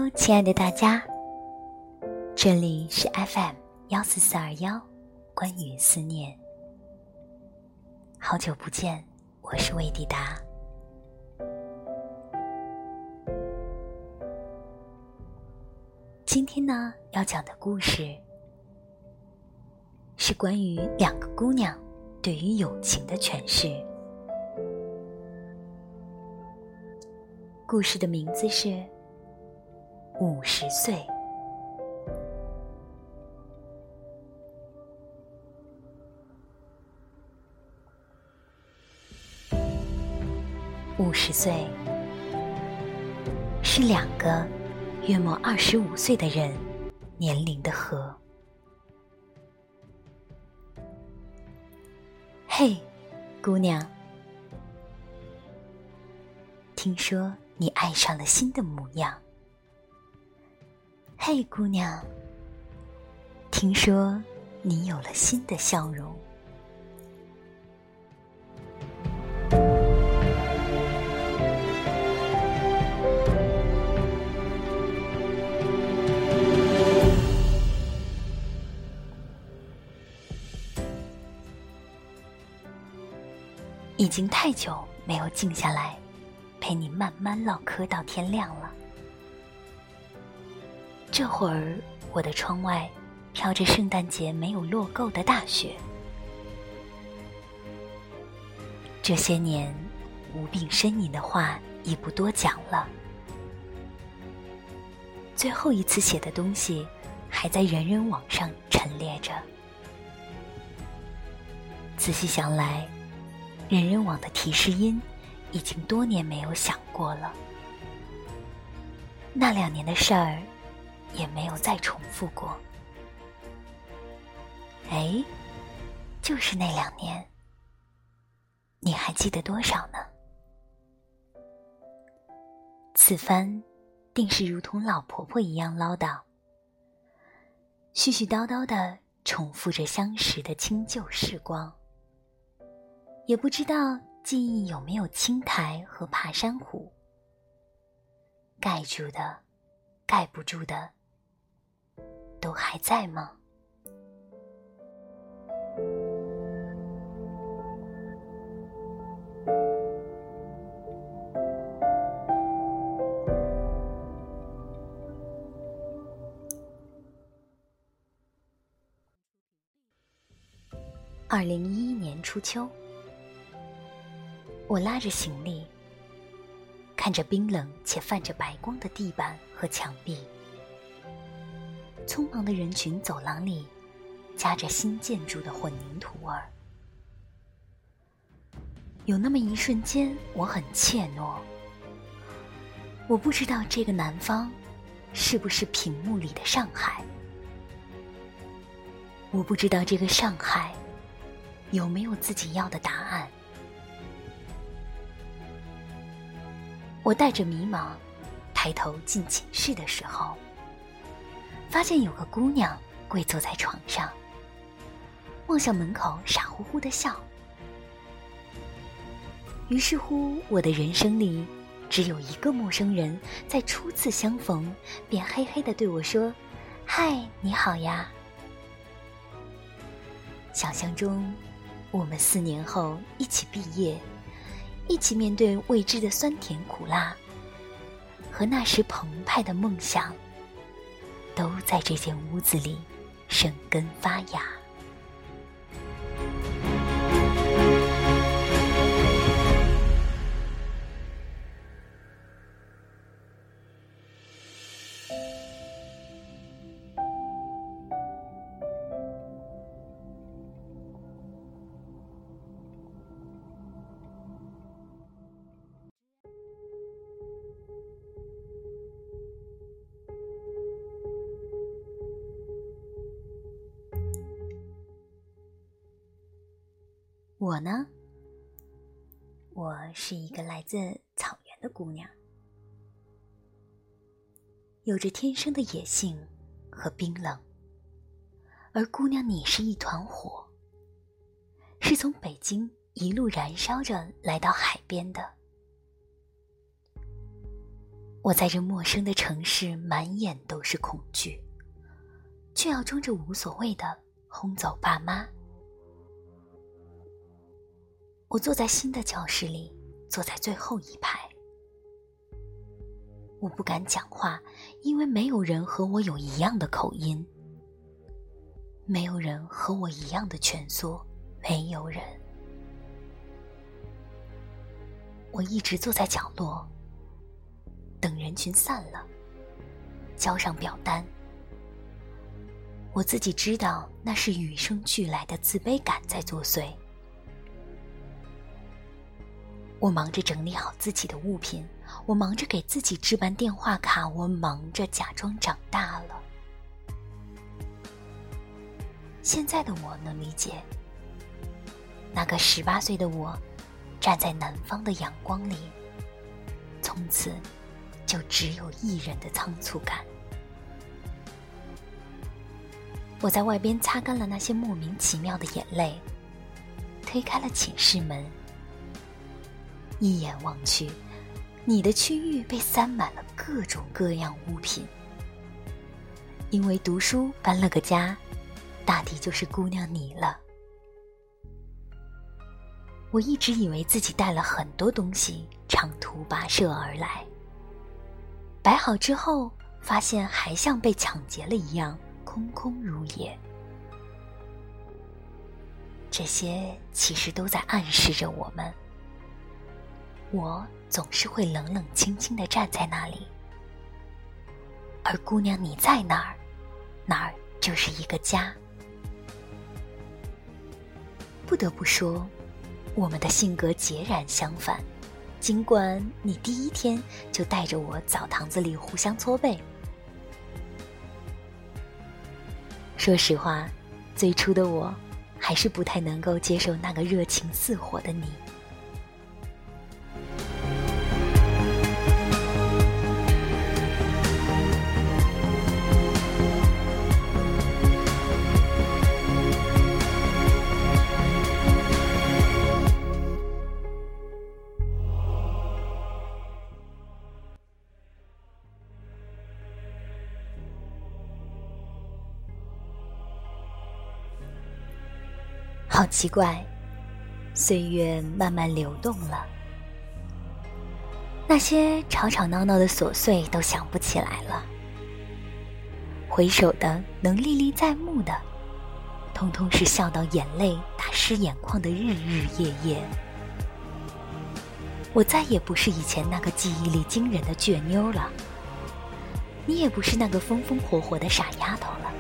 亲爱的大家，这里是 FM14421，关于思念。好久不见，我是魏迪达。今天呢，要讲的故事是关于两个姑娘对于友情的诠释。故事的名字是50岁。50岁是两个约莫25岁的人年龄的和。嘿，姑娘，听说你爱上了新的模样。嘿，姑娘，听说你有了新的笑容。已经太久没有静下来陪你慢慢唠嗑到天亮了。这会儿我的窗外飘着圣诞节没有落够的大雪。这些年无病呻吟的话已不多讲了，最后一次写的东西还在人人网上陈列着。仔细想来，人人网的提示音已经多年没有响过了，那2年的事儿也没有再重复过。哎，就是那2年，你还记得多少呢？此番定是如同老婆婆一样唠叨，絮絮叨叨地重复着相识的清旧时光。也不知道记忆有没有青苔和爬山虎，盖住的盖不住的都还在吗？2011年初秋，我拉着行李，看着冰冷且泛着白光的地板和墙壁，匆忙的人群走廊里夹着新建筑的混凝土味儿。有那么一瞬间，我很怯懦。我不知道这个南方是不是屏幕里的上海，我不知道这个上海有没有自己要的答案。我带着迷茫抬头进寝室的时候，发现有个姑娘跪坐在床上，望向门口傻乎乎的笑。于是乎，我的人生里只有一个陌生人在初次相逢便嘿嘿地对我说：嗨，你好呀。想象中我们4年后一起毕业，一起面对未知的酸甜苦辣，和那时澎湃的梦想，都在这间屋子里生根发芽。我呢，我是一个来自草原的姑娘，有着天生的野性和冰冷，而姑娘你是一团火，是从北京一路燃烧着来到海边的。 我在这陌生的城市满眼都是恐惧，却要装着无所谓的轰走爸妈。我坐在新的教室里，坐在最后一排。我不敢讲话，因为没有人和我有一样的口音，没有人和我一样的蜷缩，没有人。我一直坐在角落，等人群散了，交上表单。我自己知道，那是与生俱来的自卑感在作祟。我忙着整理好自己的物品，我忙着给自己置办电话卡，我忙着假装长大了。现在的我能理解，那个18岁的我站在南方的阳光里，从此就只有一人的仓促感。我在外边擦干了那些莫名其妙的眼泪，推开了寝室门。一眼望去，你的区域被塞满了各种各样物品。因为读书搬了个家，大抵就是姑娘你了。我一直以为自己带了很多东西长途跋涉而来，摆好之后发现还像被抢劫了一样空空如也。这些其实都在暗示着我们，我总是会冷冷清清地站在那里，而姑娘你在哪儿，哪儿就是一个家。不得不说，我们的性格截然相反，尽管你第一天就带着我澡堂子里互相搓背。说实话，最初的我还是不太能够接受那个热情似火的你。好奇怪，岁月慢慢流动了，那些吵吵闹闹的琐碎都想不起来了，回首的能历历在目的，通通是笑到眼泪打湿眼眶的日日夜夜。我再也不是以前那个记忆力惊人的倔妞了，你也不是那个风风火火的傻丫头了。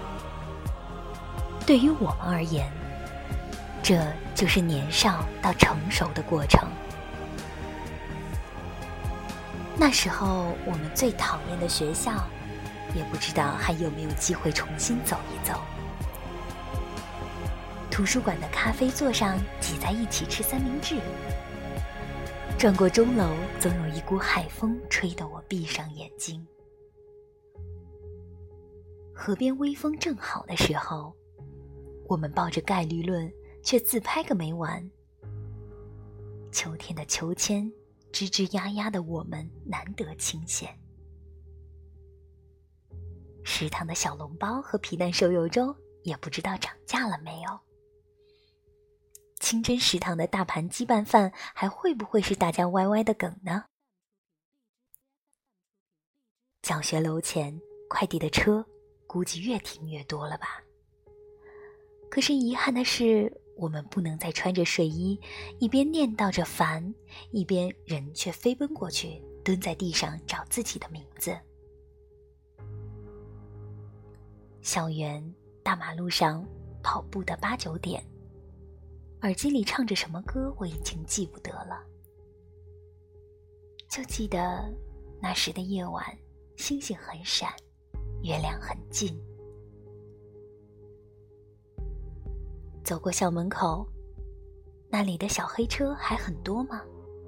对于我们而言，这就是年少到成熟的过程。那时候我们最讨厌的学校，也不知道还有没有机会重新走一走。图书馆的咖啡座上挤在一起吃三明治，转过钟楼，总有一股海风吹得我闭上眼睛。河边微风正好的时候，我们抱着概率论却自拍个没完。秋天的秋千，吱吱呀呀的我们难得清闲。食堂的小笼包和皮蛋瘦肉粥也不知道涨价了没有。清真食堂的大盘鸡拌饭还会不会是大家歪歪的梗呢？教学楼前快递的车估计越停越多了吧。可是遗憾的是，我们不能再穿着睡衣，一边念叨着烦，一边人却飞奔过去，蹲在地上找自己的名字。校园大马路上跑步的8、9点，耳机里唱着什么歌我已经记不得了，就记得那时的夜晚，星星很闪，月亮很近。走过校门口，那里的小黑车还很多吗？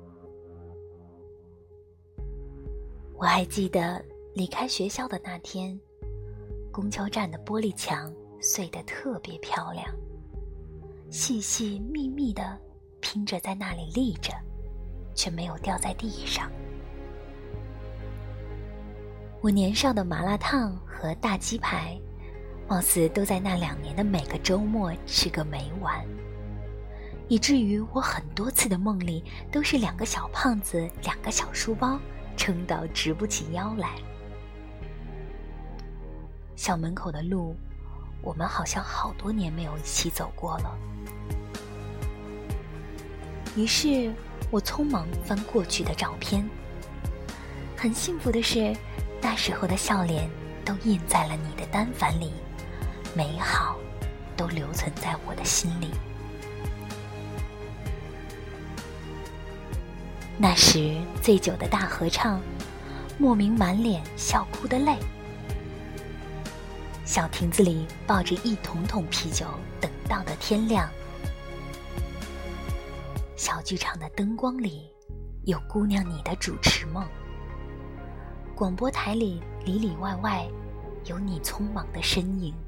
我还记得离开学校的那天，公交站的玻璃墙碎得特别漂亮，细细密密地拼着在那里立着，却没有掉在地上。 我年少的麻辣烫和大鸡排，貌似都在那2年的每个周末吃个没完，以至于我很多次的梦里都是2个小胖子2个小书包撑到直不起腰来。校门口的路，我们好像好多年没有一起走过了。于是我匆忙翻过去的照片，很幸福的是，那时候的笑脸都印在了你的单反里，美好都留存在我的心里。那时醉酒的大合唱，莫名满脸笑哭的泪，小亭子里抱着1桶桶啤酒等到的天亮，小剧场的灯光里有姑娘你的主持梦，广播台里里里外外有你匆忙的身影。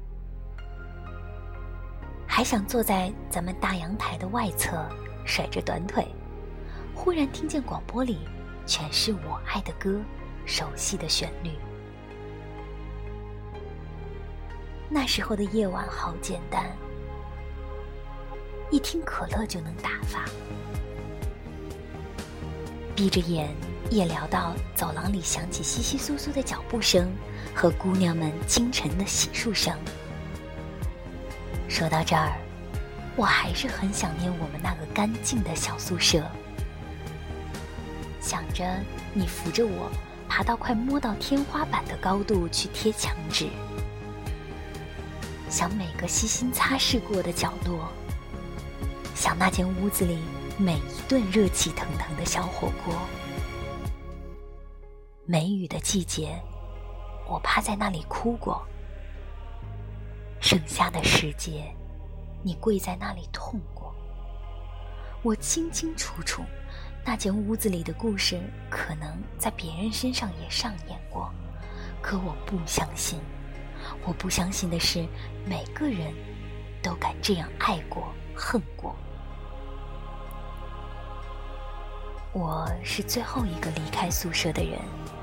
还想坐在咱们大阳台的外侧甩着短腿，忽然听见广播里全是我爱的歌，熟悉的旋律。那时候的夜晚好简单，一听可乐就能打发。闭着眼夜聊到走廊里响起窸窸窣窣的脚步声和姑娘们清晨的洗漱声。说到这儿，我还是很想念我们那个干净的小宿舍，想着你扶着我爬到快摸到天花板的高度去贴墙纸，想每个悉心擦拭过的角落，想那间屋子里每一顿热气腾腾的小火锅。梅雨的季节，我趴在那里哭过，盛夏的时节，你跪在那里痛过。我清清楚楚，那间屋子里的故事可能在别人身上也上演过，可我不相信。我不相信的是，每个人都敢这样爱过、恨过。我是最后一个离开宿舍的人。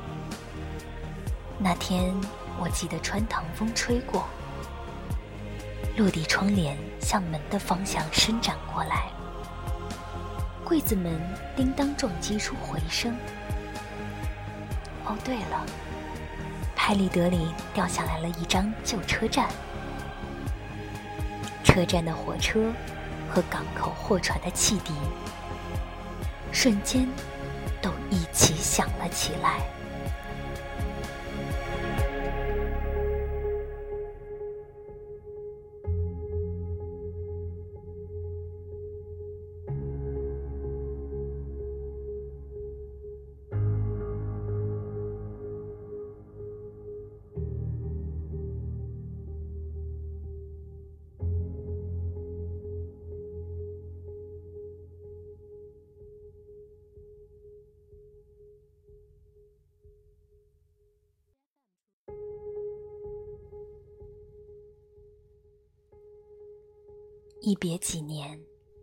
那天我记得穿堂风吹过，落地窗帘向门的方向伸展过来，柜子门叮当撞击出回声。哦，对了，拍立得里掉下来了一张旧车站，车站的火车和港口货船的汽笛，瞬间都一起响了起来。一别几年，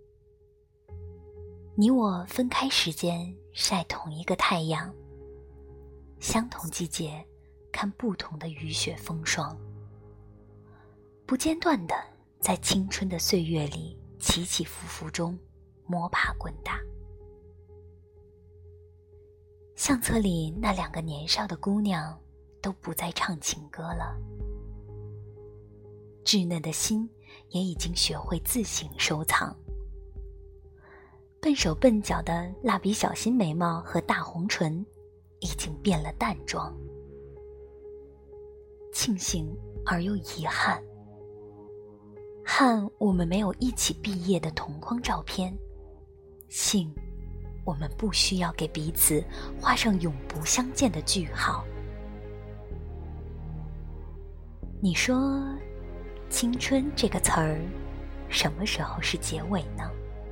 你我分开时间晒同一个太阳，相同季节看不同的雨雪风霜，不间断地在青春的岁月里起起伏伏中摸爬滚打。相册里那2个年少的姑娘都不再唱情歌了，稚嫩的心也已经学会自行收藏。笨手笨脚的蜡笔小新眉毛和大红唇已经变了淡妆。庆幸而又遗憾，憾我们没有一起毕业的同框照片，幸我们不需要给彼此画上永不相见的句号。你说青春这个词儿什么时候是结尾呢？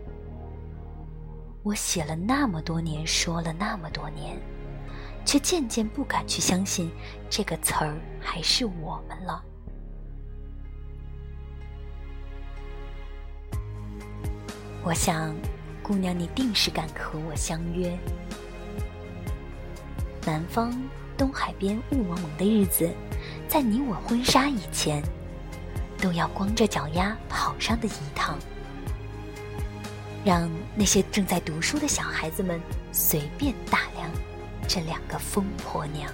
我写了那么多年，说了那么多年，却渐渐不敢去相信这个词儿还是我们了。我想姑娘你定是敢和我相约，南方东海边雾蒙蒙的日子，在你我婚纱以前，都要光着脚丫跑上的一趟，让那些正在读书的小孩子们随便打量这两个疯婆娘。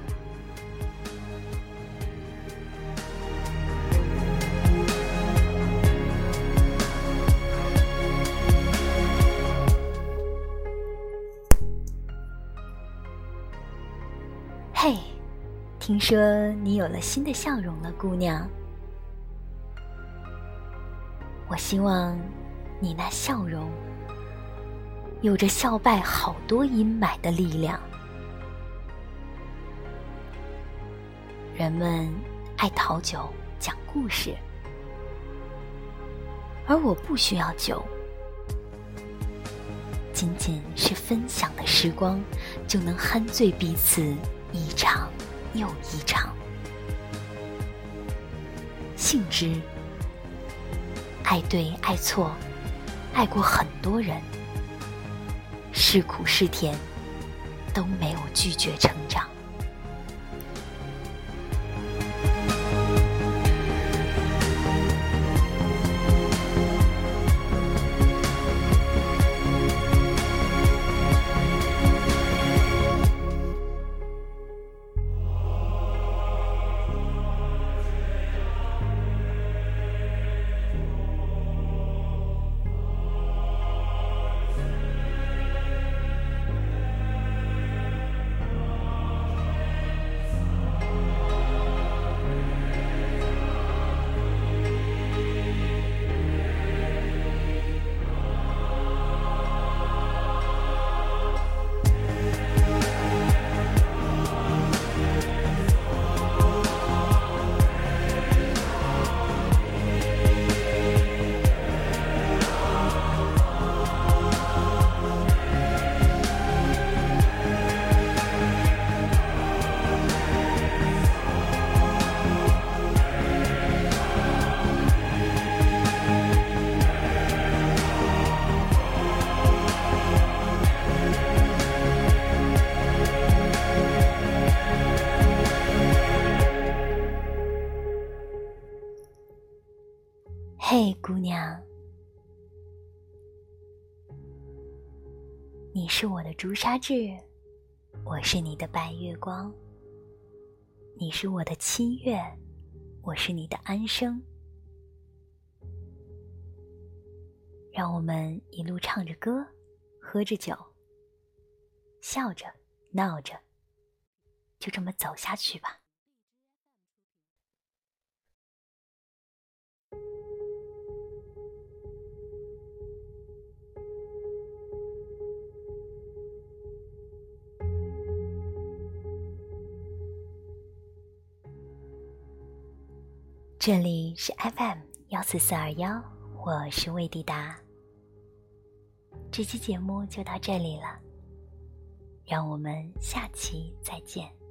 嘿，听说你有了新的笑容了，姑娘。我希望你那笑容有着笑败好多阴霾的力量。人们爱讨酒讲故事，而我不需要酒，仅仅是分享的时光，就能酣醉彼此一场又一场。幸之，爱对爱错，爱过很多人，是苦是甜，都没有拒绝成长。嘿，姑娘，你是我的朱砂痣，我是你的白月光。你是我的七月，我是你的安生。让我们一路唱着歌，喝着酒，笑着闹着，就这么走下去吧。这里是 FM14421，我是魏迪达。这期节目就到这里了，让我们下期再见。